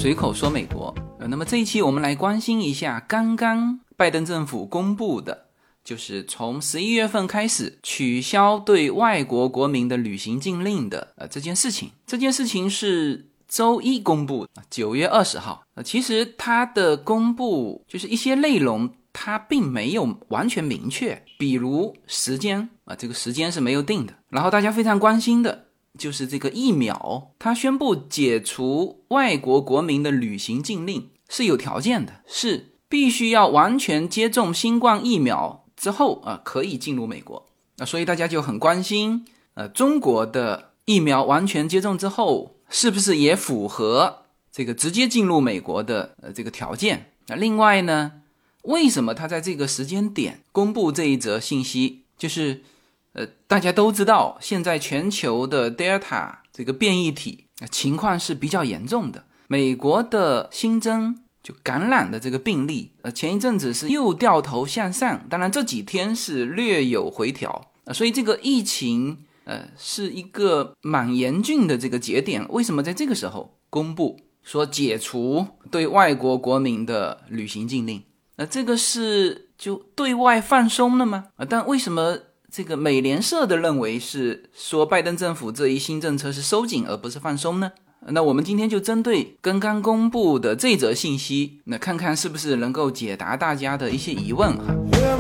随口说美国。那么这一期我们来关心一下刚刚拜登政府公布的，就是从11月份开始取消对外国国民的旅行禁令的这件事情。这件事情是周一公布，9月20号。其实它的公布就是一些内容它并没有完全明确，比如时间这个时间是没有定的。然后大家非常关心的就是这个疫苗，它宣布解除外国国民的旅行禁令是有条件的，是必须要完全接种新冠疫苗之后可以进入美国。所以大家就很关心中国的疫苗完全接种之后是不是也符合这个直接进入美国的这个条件。另外呢，为什么他在这个时间点公布这一则信息，就是大家都知道现在全球的 Delta 这个变异体情况是比较严重的，美国的新增就感染的这个病例前一阵子是又掉头向上，当然这几天是略有回调所以这个疫情是一个蛮严峻的这个节点。为什么在这个时候公布说解除对外国国民的旅行禁令？这个是就对外放松了吗？但为什么这个美联社的认为是说拜登政府这一新政策是收紧而不是放松呢？那我们今天就针对刚刚公布的这则信息，那看看是不是能够解答大家的一些疑问哈。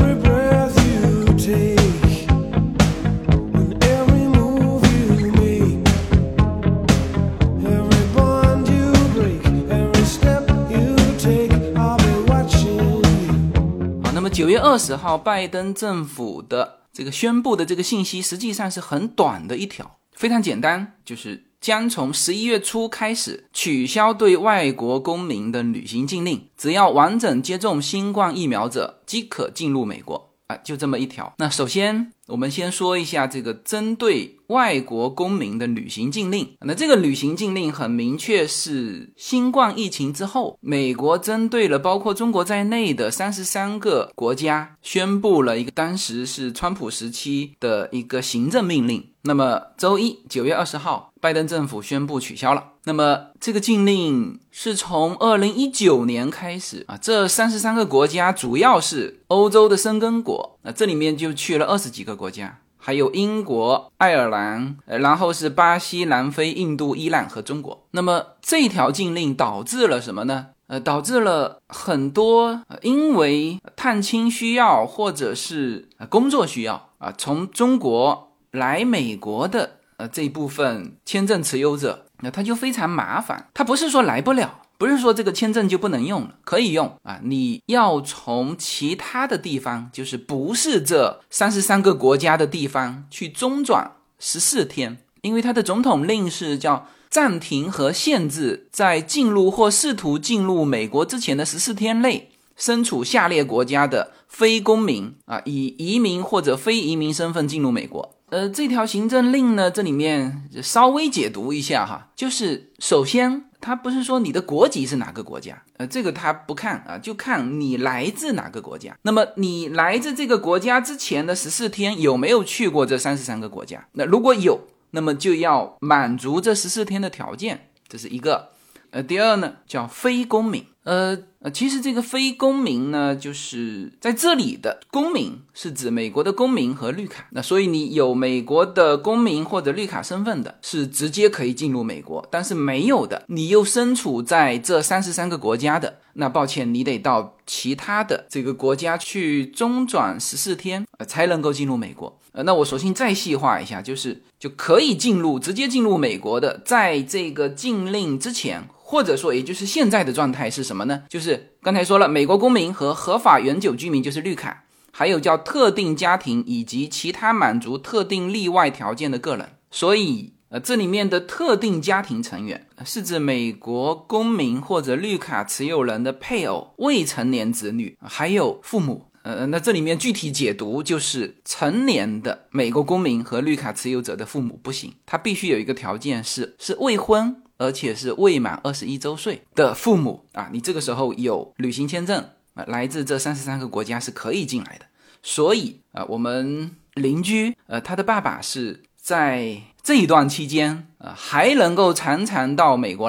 那么9月20号拜登政府的这个宣布的这个信息实际上是很短的一条，非常简单，就是将从11月初开始取消对外国公民的旅行禁令，只要完整接种新冠疫苗者即可进入美国就这么一条。那首先我们先说一下这个针对外国公民的旅行禁令。那这个旅行禁令很明确是新冠疫情之后，美国针对了包括中国在内的33个国家宣布了一个当时是川普时期的一个行政命令。那么周一9月20号拜登政府宣布取消了。那么这个禁令是从2019年开始这33个国家主要是欧洲的生根国，这里面就去了20几个国家，还有英国、爱尔兰，然后是巴西、南非、印度、伊朗和中国。那么这条禁令导致了什么呢？导致了很多因为探亲需要或者是工作需要从中国来美国的这一部分签证持有者，那他就非常麻烦。他不是说来不了，不是说这个签证就不能用了，可以用你要从其他的地方，就是不是这33个国家的地方去中转14天，因为他的总统令是叫暂停和限制在进入或试图进入美国之前的14天内身处下列国家的非公民以移民或者非移民身份进入美国。这条行政令呢，这里面稍微解读一下哈，就是首先他不是说你的国籍是哪个国家，这个他不看就看你来自哪个国家。那么你来自这个国家之前的14天有没有去过这33个国家？那如果有，那么就要满足这14天的条件，这是一个。第二呢，叫非公民。其实这个非公民呢，就是在这里的公民是指美国的公民和绿卡，那所以你有美国的公民或者绿卡身份的是直接可以进入美国，但是没有的，你又身处在这33个国家的，那抱歉，你得到其他的这个国家去中转14天才能够进入美国。那我索性再细化一下，就可以直接进入美国的，在这个禁令之前，或者说也就是现在的状态是什么呢？就是刚才说了，美国公民和合法永久居民就是绿卡，还有叫特定家庭以及其他满足特定例外条件的个人。所以这里面的特定家庭成员是指美国公民或者绿卡持有人的配偶、未成年子女还有父母。那这里面具体解读就是成年的美国公民和绿卡持有者的父母不行，他必须有一个条件是未婚而且是未满21周岁的父母你这个时候有旅行签证来自这33个国家是可以进来的。所以我们邻居他的爸爸是在这一段期间还能够常常到美国来，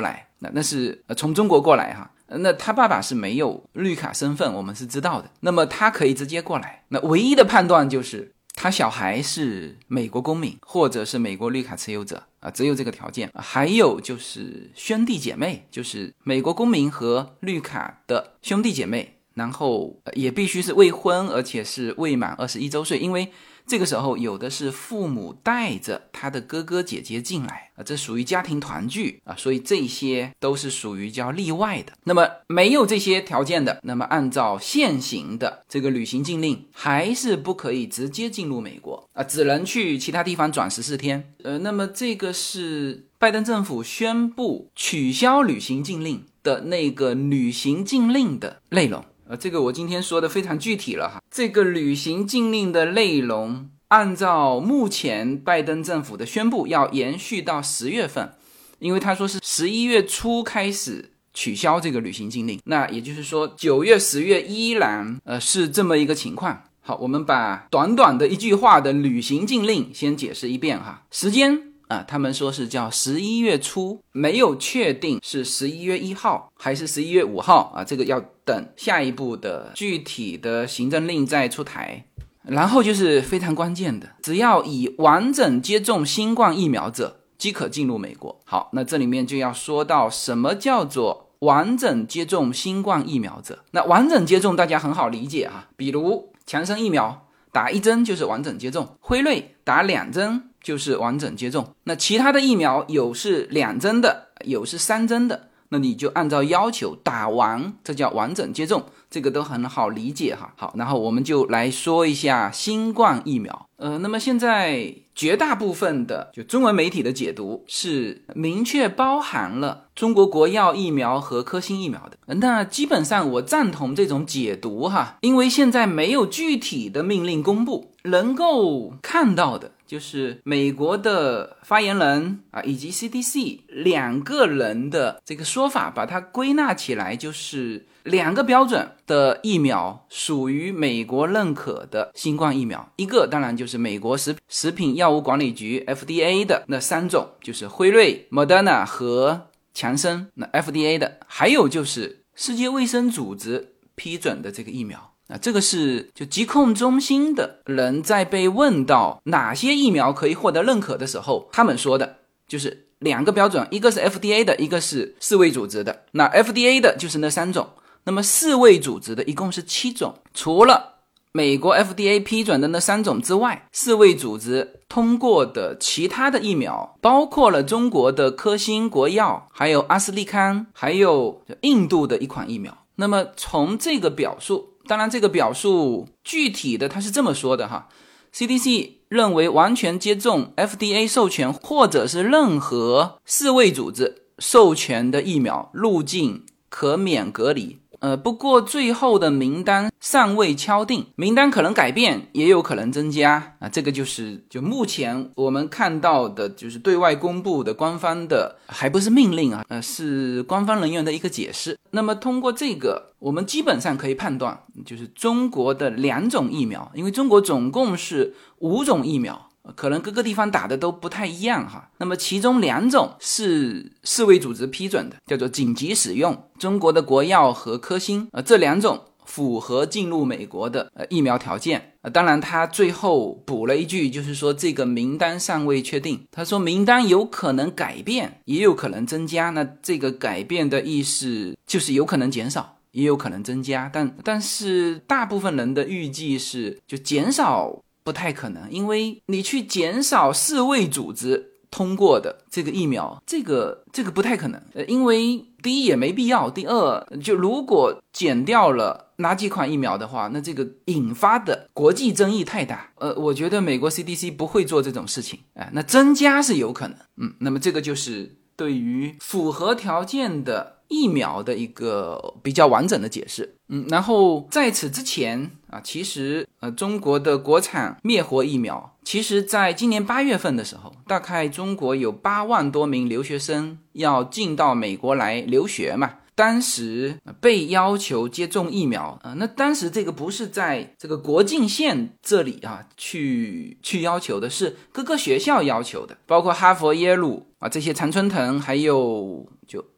那是从中国过来哈。那他爸爸是没有绿卡身份，我们是知道的，那么他可以直接过来，那唯一的判断就是他小孩是美国公民或者是美国绿卡持有者只有这个条件。还有就是兄弟姐妹，就是美国公民和绿卡的兄弟姐妹，然后也必须是未婚，而且是未满21周岁，因为这个时候有的是父母带着他的哥哥姐姐进来这属于家庭团聚所以这些都是属于叫例外的。那么没有这些条件的，那么按照现行的这个旅行禁令，还是不可以直接进入美国只能去其他地方转14天。那么这个是拜登政府宣布取消旅行禁令的那个旅行禁令的内容。这个我今天说的非常具体了哈。这个旅行禁令的内容，按照目前拜登政府的宣布，要延续到10月份，因为他说是11月初开始取消这个旅行禁令，那也就是说9月、10月依然是这么一个情况。好，我们把短短的一句话的旅行禁令先解释一遍哈。时间他们说是叫11月初，没有确定是11月1号还是11月5号这个要等下一步的具体的行政令再出台。然后就是非常关键的，只要已完整接种新冠疫苗者即可进入美国。好，那这里面就要说到什么叫做完整接种新冠疫苗者。那完整接种大家很好理解比如强生疫苗打1针就是完整接种，辉瑞打2针就是完整接种，那其他的疫苗有是2针的，有是3针的，那你就按照要求打完，这叫完整接种，这个都很好理解哈。好，然后我们就来说一下新冠疫苗。那么现在绝大部分的就中文媒体的解读是明确包含了中国国药疫苗和科兴疫苗的。那基本上我赞同这种解读因为现在没有具体的命令公布，能够看到的就是美国的发言人以及 CDC 两个人的这个说法，把它归纳起来就是2个标准的疫苗属于美国认可的新冠疫苗，一个当然就是美国食品药物管理局 FDA 的那3种，就是辉瑞、Moderna 和强生那 FDA 的，还有就是世界卫生组织批准的这个疫苗。这个是就疾控中心的人在被问到哪些疫苗可以获得认可的时候，他们说的就是2个标准，一个是 FDA 的，一个是世卫组织的。那 FDA 的就是那3种，那么世卫组织的一共是7种，除了美国 FDA 批准的那3种之外，世卫组织通过的其他的疫苗包括了中国的科兴、国药，还有阿斯利康，还有印度的一款疫苗。那么从这个表述，当然这个表述具体的他是这么说的CDC 认为完全接种 FDA 授权或者是任何世卫组织授权的疫苗入境可免隔离。不过最后的名单尚未敲定，名单可能改变，也有可能增加这个就目前我们看到的就是对外公布的官方的，还不是命令是官方人员的一个解释。那么通过这个我们基本上可以判断，就是中国的2种疫苗，因为中国总共是5种疫苗，可能各个地方打的都不太一样那么其中2种是世卫组织批准的，叫做紧急使用，中国的国药和科兴这2种符合进入美国的疫苗条件。当然他最后补了一句，就是说这个名单尚未确定，他说名单有可能改变，也有可能增加。那这个改变的意思就是有可能减少，也有可能增加，但是大部分人的预计是就减少不太可能，因为你去减少世卫组织通过的这个疫苗，这个不太可能。因为第一也没必要，第二就如果减掉了哪几款疫苗的话，那这个引发的国际争议太大。我觉得美国 CDC 不会做这种事情。那增加是有可能。那么这个就是对于符合条件的疫苗的一个比较完整的解释。然后在此之前其实中国的国产灭活疫苗，其实在今年8月份的时候，大概中国有8万多名留学生要进到美国来留学嘛，当时被要求接种疫苗那当时这个不是在这个国境线这里去要求的，是各个学校要求的，包括哈佛、耶鲁这些常春藤，还有就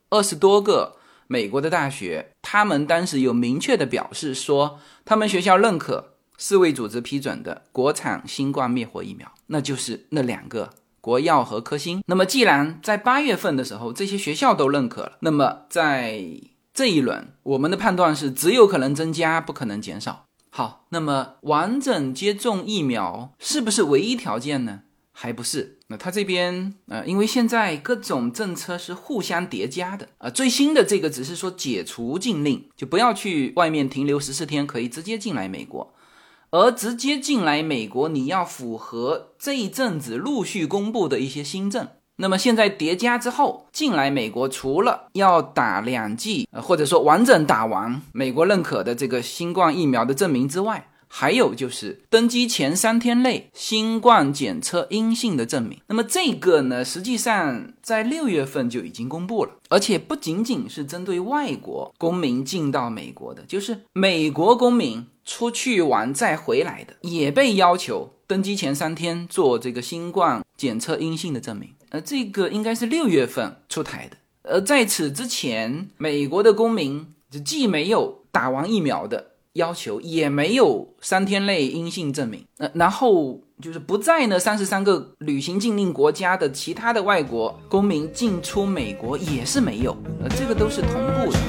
20多个美国的大学，他们当时有明确的表示说，他们学校认可世卫组织批准的国产新冠灭活疫苗，那就是那2个，国药和科兴。那么既然在8月份的时候这些学校都认可了，那么在这一轮我们的判断是只有可能增加，不可能减少。好，那么完整接种疫苗是不是唯一条件呢？还不是。那他这边因为现在各种政策是互相叠加的最新的这个只是说解除禁令，就不要去外面停留14天，可以直接进来美国。而直接进来美国，你要符合这一阵子陆续公布的一些新政。那么现在叠加之后，进来美国除了要打2剂或者说完整打完美国认可的这个新冠疫苗的证明之外，还有就是登机前3天内新冠检测阴性的证明。那么这个呢，实际上在6月份就已经公布了，而且不仅仅是针对外国公民进到美国的，就是美国公民出去玩再回来的也被要求登机前3天做这个新冠检测阴性的证明。这个应该是6月份出台的。而在此之前，美国的公民既没有打完疫苗的要求，也没有3天内阴性证明。然后就是不在那33个旅行禁令国家的其他的外国公民进出美国也是没有。这个都是同步的。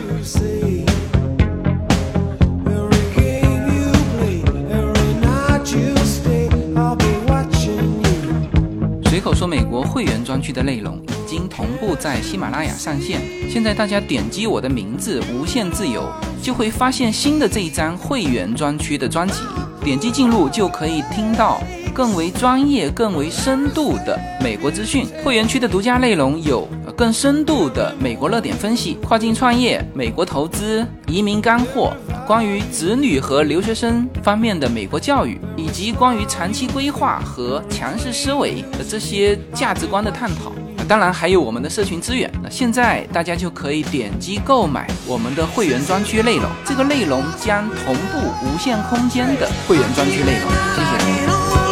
随口说美国会员专区的内容已经同步在喜马拉雅上线，现在大家点击我的名字无限自由，就会发现新的这一张会员专区的专辑，点击进入就可以听到更为专业更为深度的美国资讯。会员区的独家内容有更深度的美国热点分析、跨境创业、美国投资、移民干货，关于子女和留学生方面的美国教育，以及关于长期规划和强势思维的这些价值观的探讨。当然还有我们的社群资源。现在大家就可以点击购买我们的会员专区内容，这个内容将同步无限空间的会员专区内容。谢谢。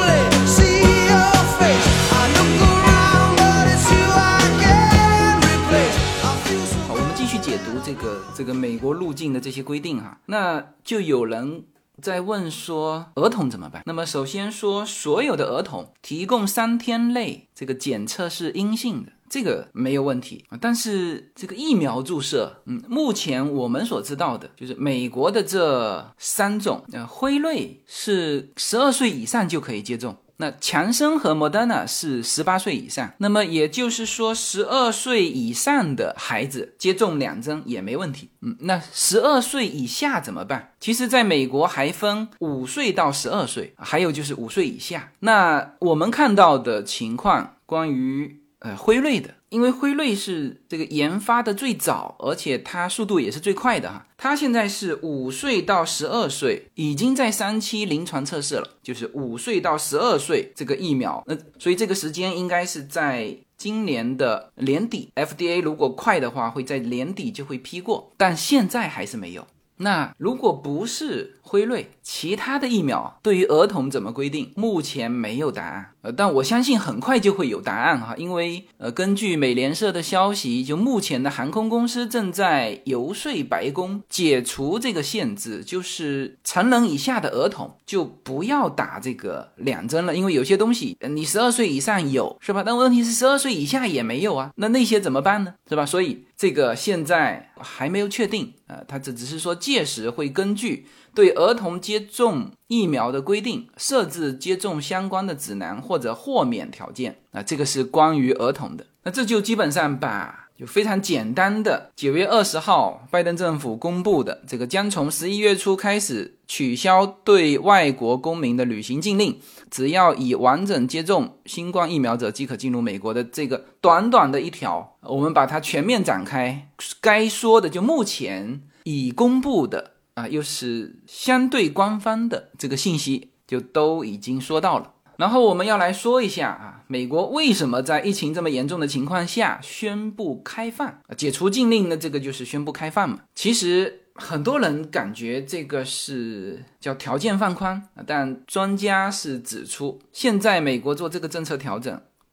解读这个美国入境的这些规定那就有人在问说儿童怎么办？那么首先说，所有的儿童提供3天内这个检测是阴性的，这个没有问题。但是这个疫苗注射目前我们所知道的就是美国的这3种辉瑞是12岁以上就可以接种，那强生和 Moderna 是18岁以上，那么也就是说12岁以上的孩子接种2针也没问题。那12岁以下怎么办？其实在美国还分5岁到12岁，还有就是5岁以下。那我们看到的情况，关于辉瑞的，因为辉瑞是这个研发的最早，而且它速度也是最快的它现在是5岁到12岁已经在3期临床测试了，就是5岁到12岁这个疫苗。所以这个时间应该是在今年的年底， FDA 如果快的话会在年底就会批过，但现在还是没有。那如果不是辉瑞，其他的疫苗对于儿童怎么规定，目前没有答案。但我相信很快就会有答案因为根据美联社的消息，就目前的航空公司正在游说白宫解除这个限制，就是成人以下的儿童就不要打这个2针了，因为有些东西你12岁以上有是吧，但问题是12岁以下也没有那些怎么办呢，是吧？所以这个现在还没有确定它只是说届时会根据对儿童接种疫苗的规定设置接种相关的指南或者豁免条件。这个是关于儿童的。那这就基本上就非常简单的9月20号拜登政府公布的这个将从11月初开始取消对外国公民的旅行禁令，只要已完整接种新冠疫苗者即可进入美国的这个短短的一条，我们把它全面展开。该说的就目前已公布的又是相对官方的这个信息就都已经说到了。然后我们要来说一下美国为什么在疫情这么严重的情况下宣布开放解除禁令呢？这个就是宣布开放嘛。其实很多人感觉这个是叫条件放宽，但专家是指出，现在美国做这个政策调整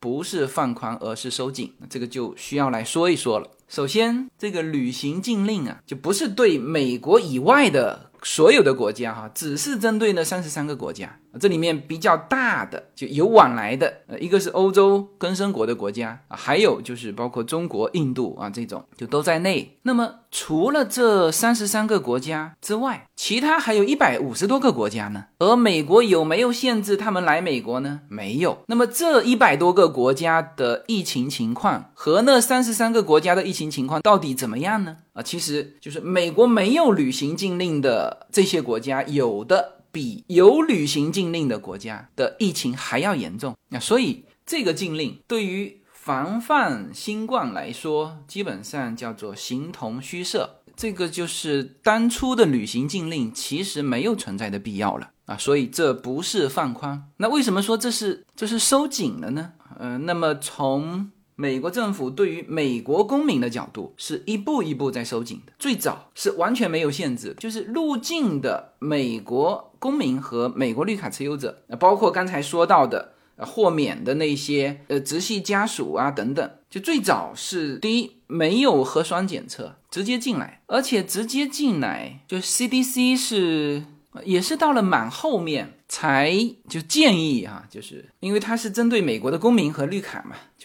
不是放宽而是收紧，这个就需要来说一说了。首先，这个旅行禁令啊，就不是对美国以外的所有的国家只是针对那33个国家，这里面比较大的就有往来的一个是欧洲更生国的国家，还有就是包括中国、印度这种就都在内。那么除了这33个国家之外，其他还有150多个国家呢，而美国有没有限制他们来美国呢？没有。那么这100多个国家的疫情情况和那33个国家的疫情情况到底怎么样呢？其实就是美国没有旅行禁令的这些国家，有的比有旅行禁令的国家的疫情还要严重。所以这个禁令对于防范新冠来说，基本上叫做形同虚设。这个就是当初的旅行禁令其实没有存在的必要了所以这不是放宽。那为什么说这是收紧了呢？那么从美国政府对于美国公民的角度是一步一步在收紧的。最早是完全没有限制，就是入境的美国公民和美国绿卡持有者，包括刚才说到的豁免的那些直系家属等等，就最早是第一没有核酸检测直接进来，而且直接进来就 CDC 也是到了蛮后面才就建议就是因为它是针对美国的公民和绿卡嘛，就是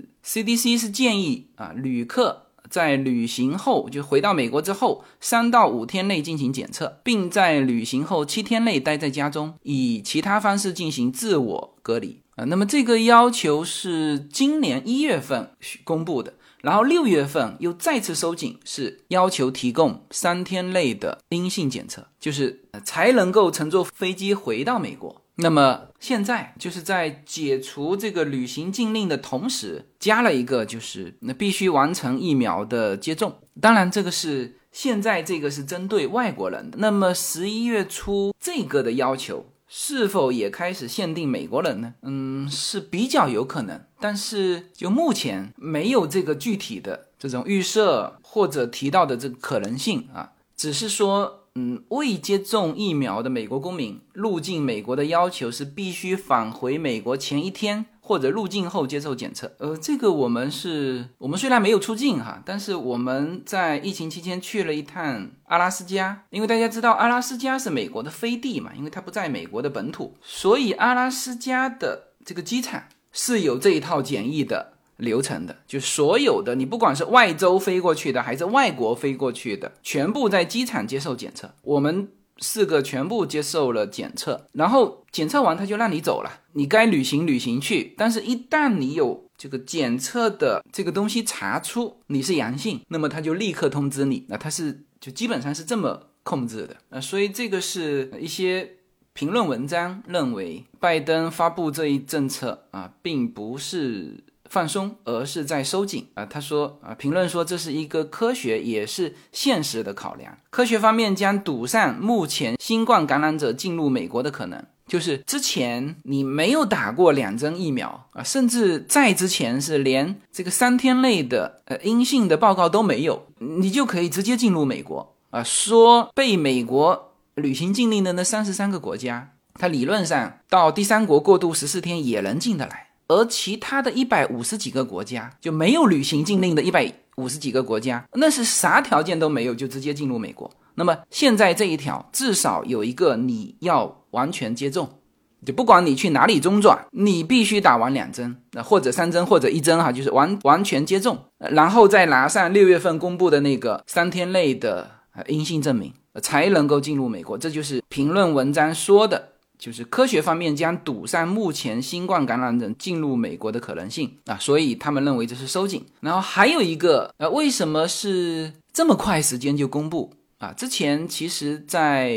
CDC 是建议旅客在旅行后就回到美国之后3到5天内进行检测，并在旅行后7天内待在家中，以其他方式进行自我隔离那么这个要求是今年1月份公布的，然后6月份又再次收紧，是要求提供3天内的阴性检测，就是才能够乘坐飞机回到美国。那么现在就是在解除这个旅行禁令的同时，加了一个就是必须完成疫苗的接种。当然这个是现在这个是针对外国人的，那么11月初这个的要求是否也开始限定美国人呢？是比较有可能，但是就目前没有这个具体的这种预设或者提到的这个可能性只是说未接种疫苗的美国公民入境美国的要求是必须返回美国前1天或者入境后接受检测。这个我们虽然没有出境但是我们在疫情期间去了一趟阿拉斯加，因为大家知道阿拉斯加是美国的飞地嘛，因为它不在美国的本土，所以阿拉斯加的这个机场是有这一套检疫的流程的，就所有的你不管是外州飞过去的还是外国飞过去的，全部在机场接受检测。我们4个全部接受了检测，然后检测完他就让你走了，你该旅行去，但是一旦你有这个检测的这个东西查出你是阳性，那么他就立刻通知你，那他是就基本上是这么控制的所以这个是一些评论文章认为拜登发布这一政策并不是放松，而是在收紧他说评论说这是一个科学也是现实的考量，科学方面将堵上目前新冠感染者进入美国的可能，就是之前你没有打过2针疫苗甚至在之前是连这个3天内的阴性的报告都没有，你就可以直接进入美国说被美国旅行禁令的那33个国家，它理论上到第3国过渡14天也能进得来，而其他的150几个国家就没有旅行禁令的150几个国家，那是啥条件都没有就直接进入美国。那么现在这一条至少有一个你要完全接种，就不管你去哪里中转，你必须打完2针或者3针或者1针就是完全接种，然后再拿上6月份公布的那个3天内的阴性证明才能够进入美国。这就是评论文章说的，就是科学方面将堵上目前新冠感染者进入美国的可能性所以他们认为这是收紧。然后还有一个为什么是这么快时间就公布之前其实在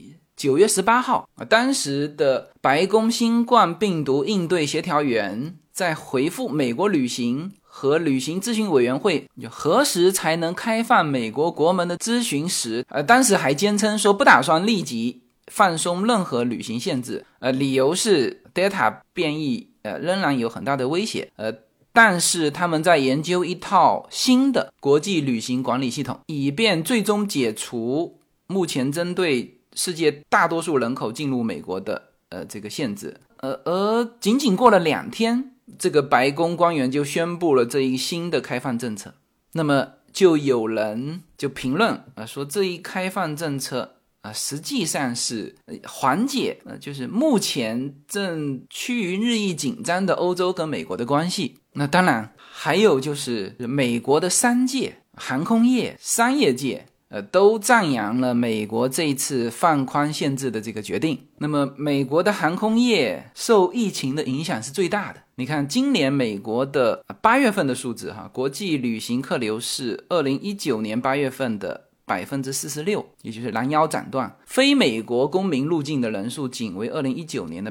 9月18号当时的白宫新冠病毒应对协调员在回复美国旅行和旅行咨询委员会何时才能开放美国国门的咨询时当时还坚称说不打算立即放松任何旅行限制理由是 Delta 变异仍然有很大的威胁但是他们在研究一套新的国际旅行管理系统，以便最终解除目前针对世界大多数人口进入美国的这个限制。而仅仅过了2天，这个白宫官员就宣布了这一新的开放政策。那么就有人就评论说这一开放政策实际上是缓解就是目前正趋于日益紧张的欧洲跟美国的关系。那当然还有就是美国的商界、航空业、商业界都赞扬了美国这一次放宽限制的这个决定。那么美国的航空业受疫情的影响是最大的。你看今年美国的8月份的数字国际旅行客流是2019年8月份的46%，也就是拦腰斩断。非美国公民入境的人数仅为2019年的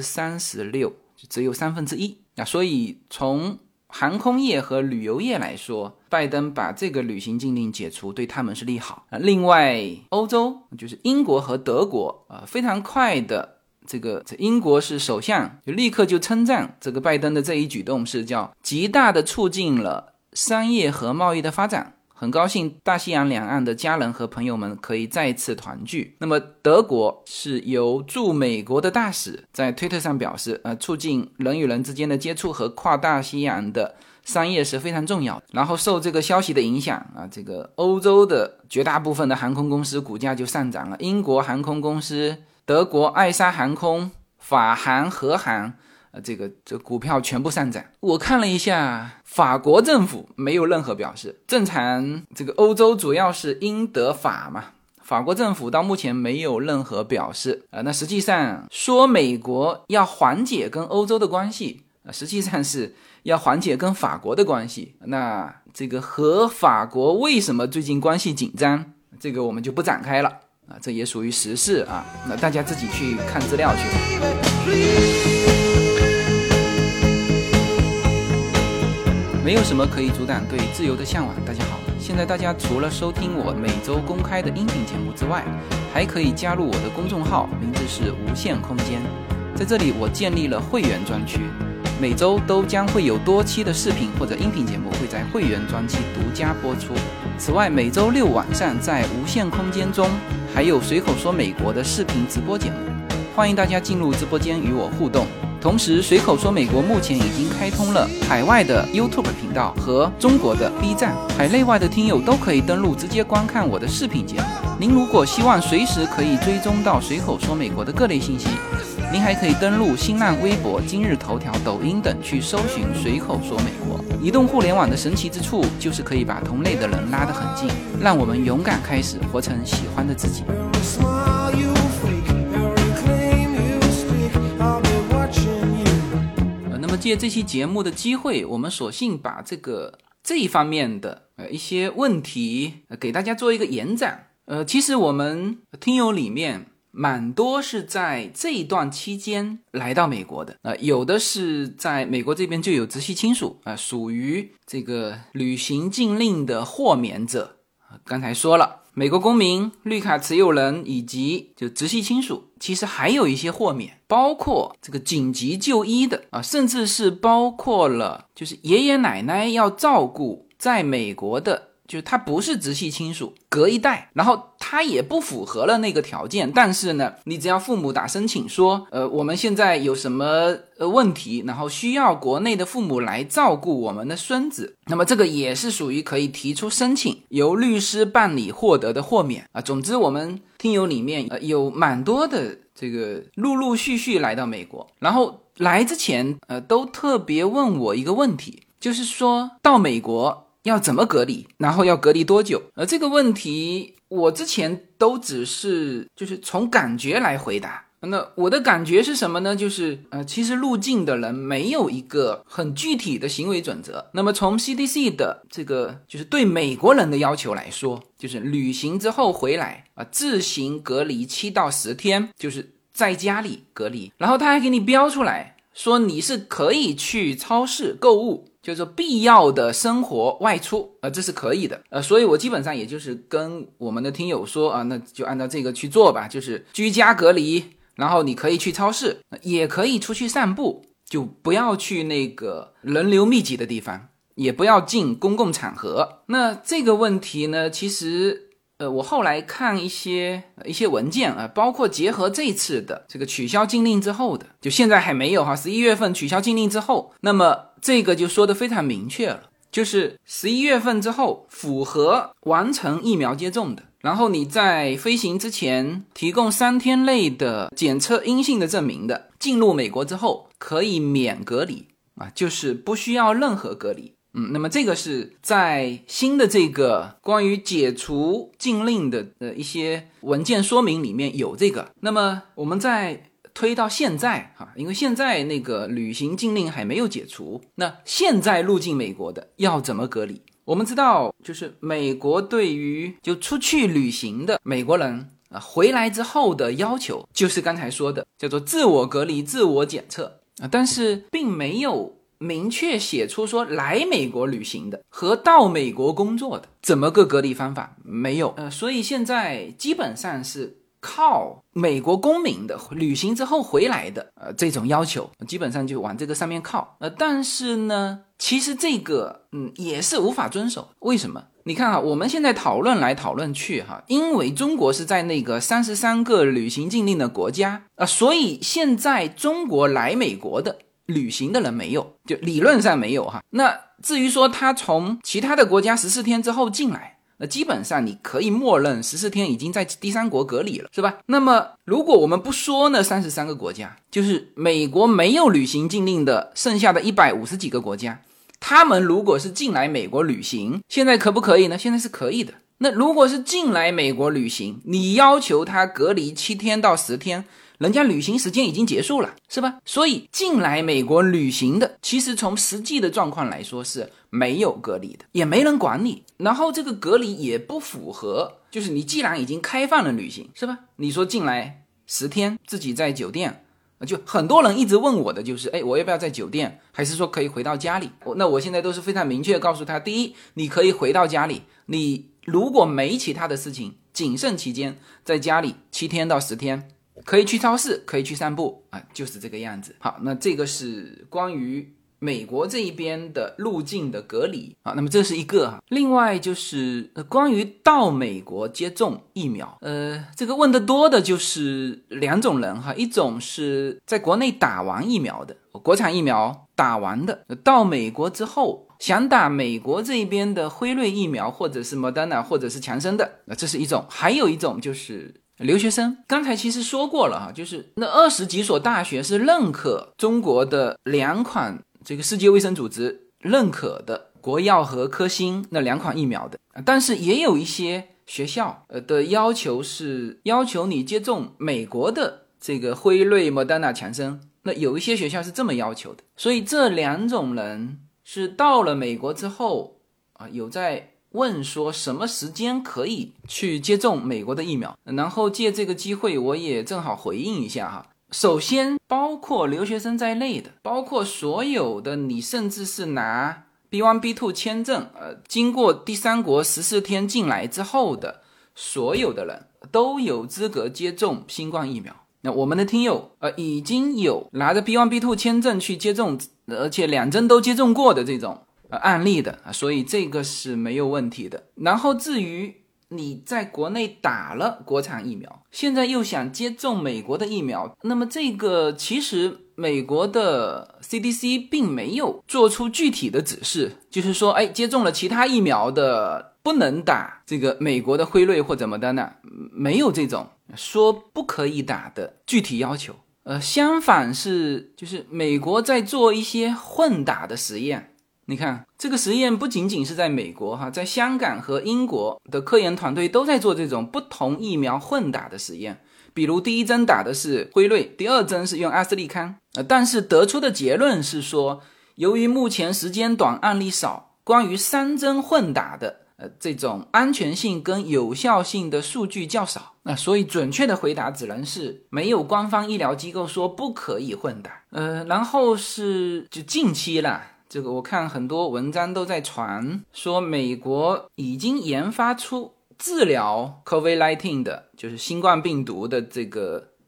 36%，只有1/3。所以从航空业和旅游业来说，拜登把这个旅行禁令解除对他们是利好。另外欧洲就是英国和德国非常快的这英国是首相就立刻就称赞这个拜登的这一举动是叫极大的促进了商业和贸易的发展，很高兴大西洋两岸的家人和朋友们可以再次团聚。那么德国是由驻美国的大使在推特上表示促进人与人之间的接触和跨大西洋的商业是非常重要的。然后受这个消息的影响这个欧洲的绝大部分的航空公司股价就上涨了。英国航空公司、德国爱莎航空、法航、荷航这股票全部上涨。我看了一下，法国政府没有任何表示。正常这个欧洲主要是英德法嘛，法国政府到目前没有任何表示那实际上说美国要缓解跟欧洲的关系实际上是要缓解跟法国的关系。那这个和法国为什么最近关系紧张，这个我们就不展开了这也属于时事那大家自己去看资料去。没有什么可以阻挡对自由的向往。大家好，现在大家除了收听我每周公开的音频节目之外，还可以加入我的公众号，名字是无限空间。在这里我建立了会员专区，每周都将会有多期的视频或者音频节目会在会员专区独家播出。此外每周6晚上在无限空间中还有随口说美国的视频直播节目，欢迎大家进入直播间与我互动。同时随口说美国目前已经开通了海外的 YouTube 频道和中国的 B 站，海内外的听友都可以登录直接观看我的视频节目。您如果希望随时可以追踪到随口说美国的各类信息，您还可以登录新浪微博、今日头条、抖音等去搜寻随口说美国。移动互联网的神奇之处就是可以把同类的人拉得很近，让我们勇敢开始活成喜欢的自己。那么借这期节目的机会，我们索性把这一方面的一些问题给大家做一个延展。其实我们听友里面蛮多是在这一段期间来到美国的有的是在美国这边就有直系亲属属于这个旅行禁令的豁免者。刚才说了，美国公民、绿卡持有人以及就直系亲属，其实还有一些豁免，包括这个紧急就医的甚至是包括了就是爷爷奶奶要照顾在美国的，就是他不是直系亲属，隔一代，然后他也不符合了那个条件，但是呢，你只要父母打申请说，我们现在有什么问题，然后需要国内的父母来照顾我们的孙子，那么这个也是属于可以提出申请，由律师办理获得的豁免总之，我们听友里面有蛮多的这个陆续来到美国，然后来之前都特别问我一个问题，就是说到美国要怎么隔离，然后要隔离多久？这个问题我之前都只是就是从感觉来回答。那我的感觉是什么呢？就是其实入境的人没有一个很具体的行为准则。那么从 CDC 的这个就是对美国人的要求来说，就是旅行之后回来自行隔离7到10天，就是在家里隔离。然后他还给你标出来说你是可以去超市购物，就是说必要的生活外出这是可以的所以我基本上也就是跟我们的听友说那就按照这个去做吧，就是居家隔离，然后你可以去超市，也可以出去散步，就不要去那个人流密集的地方，也不要进公共场合。那这个问题呢，其实我后来看一些文件啊，包括结合这次的这个取消禁令之后的，就现在还没有哈，11月份取消禁令之后，那么这个就说得非常明确了，就是11月份之后符合完成疫苗接种的，然后你在飞行之前提供3天内的检测阴性的证明的，进入美国之后可以免隔离啊，就是不需要任何隔离。那么这个是在新的这个关于解除禁令的一些文件说明里面有这个。那么我们再推到现在因为现在那个旅行禁令还没有解除，那现在入境美国的要怎么隔离？我们知道就是美国对于就出去旅行的美国人回来之后的要求就是刚才说的叫做自我隔离自我检测但是并没有明确写出说来美国旅行的和到美国工作的怎么个隔离方法没有所以现在基本上是靠美国公民的旅行之后回来的这种要求基本上就往这个上面靠但是呢其实这个也是无法遵守。为什么？你看我们现在讨论来讨论去因为中国是在那个33个旅行禁令的国家所以现在中国来美国的旅行的人没有，就理论上没有那至于说他从其他的国家14天之后进来，那基本上你可以默认14天已经在第三国隔离了，是吧？那么如果我们不说呢33个国家，就是美国没有旅行禁令的剩下的150几个国家，他们如果是进来美国旅行，现在可不可以呢？现在是可以的。那如果是进来美国旅行，你要求他隔离7天到10天，人家旅行时间已经结束了，是吧？所以进来美国旅行的其实从实际的状况来说是没有隔离的，也没人管你，然后这个隔离也不符合，就是你既然已经开放了旅行，是吧？你说进来10天自己在酒店，就很多人一直问我的就是我要不要在酒店，还是说可以回到家里？那我现在都是非常明确告诉他，第一，你可以回到家里，你如果没其他的事情，谨慎期间在家里7天到10天，可以去超市，可以去散步就是这个样子。好，那这个是关于美国这一边的入境的隔离那么这是一个另外就是关于到美国接种疫苗这个问得多的就是2种人一种是在国内打完疫苗的，国产疫苗打完的，到美国之后想打美国这边的辉瑞疫苗或者是 Moderna 或者是强生的，这是一种。还有一种就是留学生，刚才其实说过了就是那20几所大学是认可中国的2款这个世界卫生组织认可的国药和科兴那2款疫苗的，但是也有一些学校的要求是要求你接种美国的这个辉瑞、Moderna、强生，那有一些学校是这么要求的。所以这2种人是到了美国之后有在问说什么时间可以去接种美国的疫苗，然后借这个机会我也正好回应一下首先包括留学生在内的，包括所有的你甚至是拿 B1、B2 签证经过第三国14天进来之后的所有的人都有资格接种新冠疫苗。那我们的听友已经有拿着 B1、B2 签证去接种，而且2针都接种过的这种案例的所以这个是没有问题的。然后至于你在国内打了国产疫苗，现在又想接种美国的疫苗，那么这个其实美国的 CDC 并没有做出具体的指示，就是说接种了其他疫苗的不能打这个美国的辉瑞或者Moderna，没有这种说不可以打的具体要求。相反是就是美国在做一些混打的实验。你看这个实验不仅仅是在美国在香港和英国的科研团队都在做这种不同疫苗混打的实验，比如第1针打的是辉瑞，第2针是用阿斯利康但是得出的结论是说，由于目前时间短案例少，关于3针混打的这种安全性跟有效性的数据较少所以准确的回答只能是没有官方医疗机构说不可以混打然后是就近期啦，这个我看很多文章都在传说美国已经研发出治疗 COVID-19 的就是新冠病毒的这个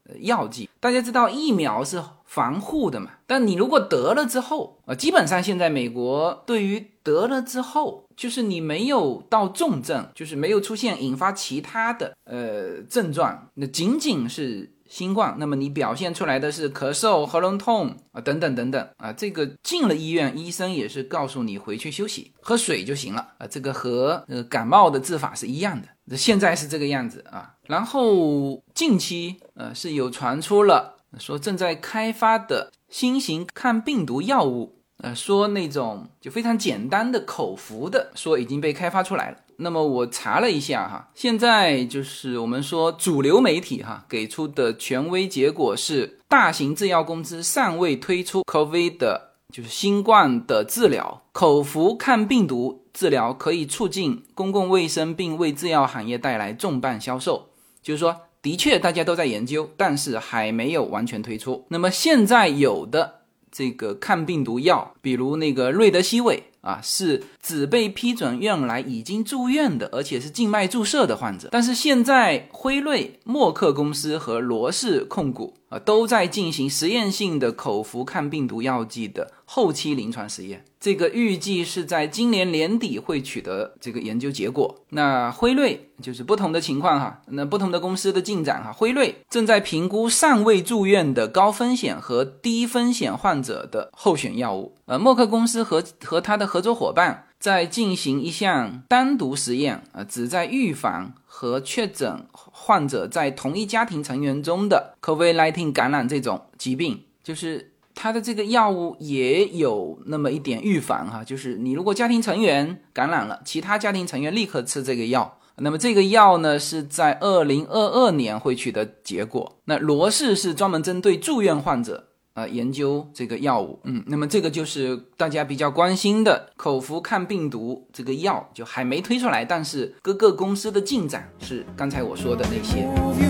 药剂。大家知道疫苗是防护的嘛，但你如果得了之后基本上现在美国对于得了之后，就是你没有到重症，就是没有出现引发其他的症状，那仅仅是新冠，那么你表现出来的是咳嗽、喉咙痛等等等等这个进了医院，医生也是告诉你回去休息，喝水就行了这个和感冒的治法是一样的。现在是这个样子然后近期是有传出了说正在开发的新型抗病毒药物，说那种就非常简单的口服的，说已经被开发出来了。那么我查了一下现在就是我们说主流媒体给出的权威结果是，大型制药公司尚未推出 COVID 的就是新冠的治疗，口服抗病毒治疗可以促进公共卫生并为制药行业带来重磅销售。就是说的确大家都在研究，但是还没有完全推出。那么现在有的这个抗病毒药，比如那个瑞德西韦是只被批准用来已经住院的，而且是静脉注射的患者。但是现在辉瑞、默克公司和罗氏控股都在进行实验性的口服抗病毒药剂的后期临床实验，这个预计是在今年年底会取得这个研究结果。那辉瑞就是不同的情况那不同的公司的进展辉瑞正在评估尚未住院的高风险和低风险患者的候选药物。默克公司和他的合作伙伴在进行一项单独实验旨在预防和确诊患者在同一家庭成员中的 COVID-19 感染这种疾病，就是它的这个药物也有那么一点预防就是你如果家庭成员感染了，其他家庭成员立刻吃这个药，那么这个药呢是在2022年会取得结果。那罗氏是专门针对住院患者研究这个药物那么这个就是大家比较关心的口服抗病毒这个药，就还没推出来，但是各个公司的进展是刚才我说的那些。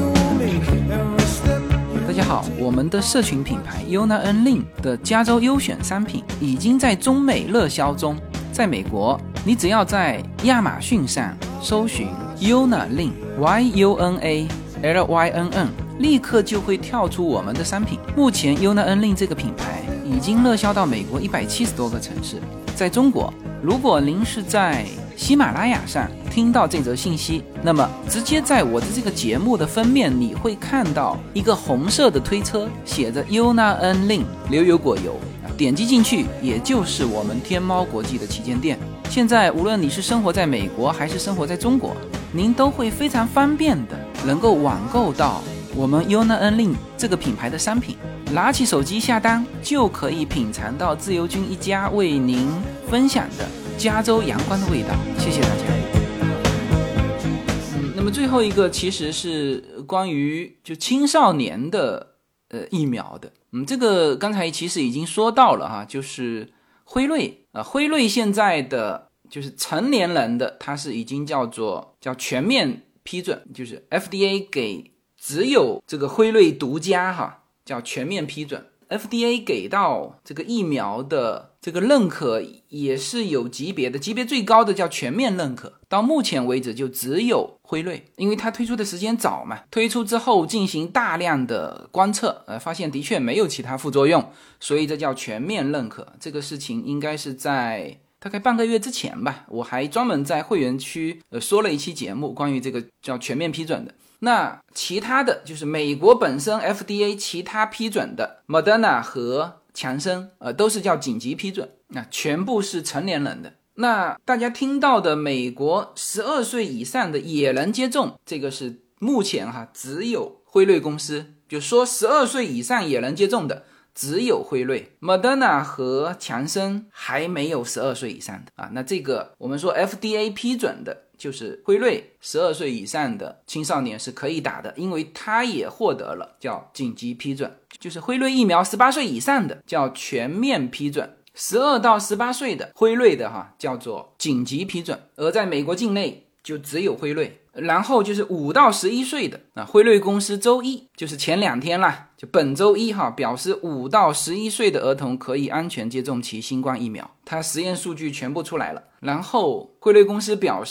大家好，我们的社群品牌 Yona and Lin 的加州优选商品已经在中美热销中。在美国，你只要在亚马逊上搜寻 Yona Lin YUNALYNN， 立刻就会跳出我们的商品。目前 Yona and Lin 这个品牌已经热销到美国170多个城市。在中国，如果您是在喜马拉雅上听到这则信息，那么直接在我的这个节目的封面你会看到一个红色的推车，写着 Yona and Lin 牛油果油，点击进去也就是我们天猫国际的旗舰店。现在无论你是生活在美国还是生活在中国，您都会非常方便的能够网购到我们 Yona and Lin 这个品牌的商品，拿起手机下单就可以品尝到自由军一家为您分享的加州阳光的味道。谢谢大家。那么最后一个其实是关于就青少年的疫苗的。这个刚才其实已经说到了就是辉瑞辉瑞现在的就是成年人的，它是已经叫全面批准，就是 FDA 给只有这个辉瑞独家叫全面批准。FDA 给到这个疫苗的这个认可也是有级别的，级别最高的叫全面认可，到目前为止就只有辉瑞，因为它推出的时间早嘛，推出之后进行大量的观测发现的确没有其他副作用，所以这叫全面认可。这个事情应该是在大概半个月之前吧，我还专门在会员区说了一期节目关于这个叫全面批准的。那其他的就是美国本身 FDA 其他批准的 Moderna 和强生都是叫紧急批准，那全部是成年人的。那大家听到的美国12岁以上的也能接种，这个是目前只有辉瑞公司，就说12岁以上也能接种的只有辉瑞， Moderna 和强生还没有12岁以上的那这个我们说 FDA 批准的就是辉瑞12岁以上的青少年是可以打的，因为它也获得了叫紧急批准。就是辉瑞疫苗18岁以上的叫全面批准，12到18岁的辉瑞的叫做紧急批准，而在美国境内就只有辉瑞。然后就是5到11岁的辉瑞公司周一就是前2天啦，就本周一表示5到11岁的儿童可以安全接种其新冠疫苗，它实验数据全部出来了。然后辉瑞公司表示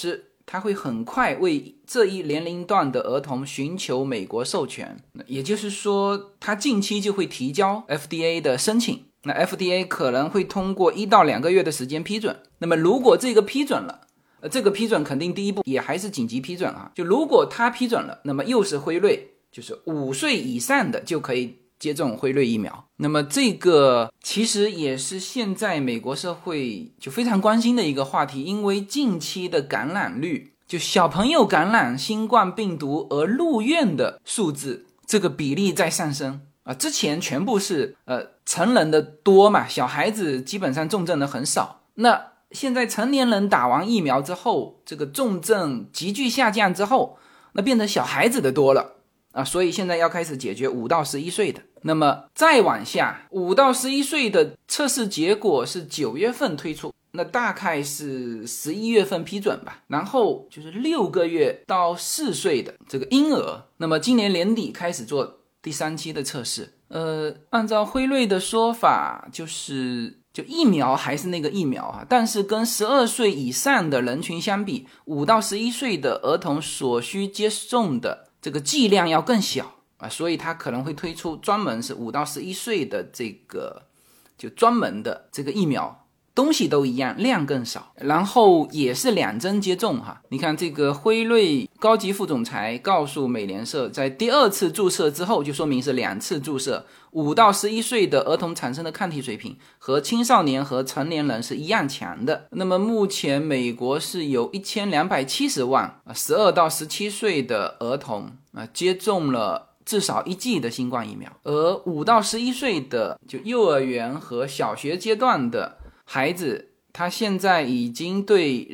它会很快为这一年龄段的儿童寻求美国授权，也就是说它近期就会提交 FDA 的申请，那 FDA 可能会通过1到2个月的时间批准。那么如果这个批准了，这个批准肯定第一步也还是紧急批准啊，就如果它批准了，那么又是辉瑞，就是5岁以上的就可以接种辉瑞疫苗。那么这个其实也是现在美国社会就非常关心的一个话题，因为近期的感染率，就小朋友感染新冠病毒而入院的数字，这个比例在上升啊。之前全部是成人的多嘛，小孩子基本上重症的很少。那现在成年人打完疫苗之后，这个重症急剧下降之后，那变成小孩子的多了啊，所以现在要开始解决5到11岁的。那么再往下，5到11岁的测试结果是9月份推出，那大概是11月份批准吧。然后就是6个月到4岁的这个婴儿，那么今年年底开始做第3期的测试。按照辉瑞的说法，就疫苗还是那个疫苗啊，但是跟12岁以上的人群相比，5到11岁的儿童所需接种的这个剂量要更小啊，所以它可能会推出专门是5到11岁的这个就专门的这个疫苗。东西都一样，量更少，然后也是2针接种哈。你看这个辉瑞高级副总裁告诉美联社，在第2次注射之后，就说明是2次注射，5到11岁的儿童产生的抗体水平和青少年和成年人是一样强的。那么目前美国是有1270万12到17岁的儿童接种了至少1剂的新冠疫苗，而5到11岁的就幼儿园和小学阶段的孩子，他现在已经对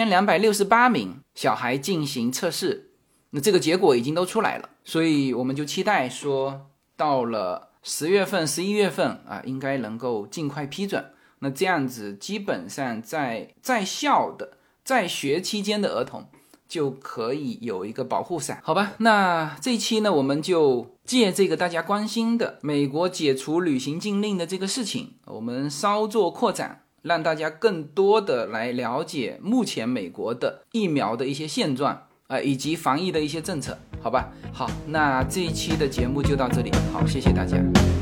2268名小孩进行测试，那这个结果已经都出来了，所以我们就期待说到了10月份、11月份应该能够尽快批准。那这样子基本上在校的在学期间的儿童就可以有一个保护伞，好吧？那这一期呢，我们就借这个大家关心的美国解除旅行禁令的这个事情，我们稍作扩展，让大家更多的来了解目前美国的疫苗的一些现状以及防疫的一些政策，好吧？好，那这一期的节目就到这里，好，谢谢大家。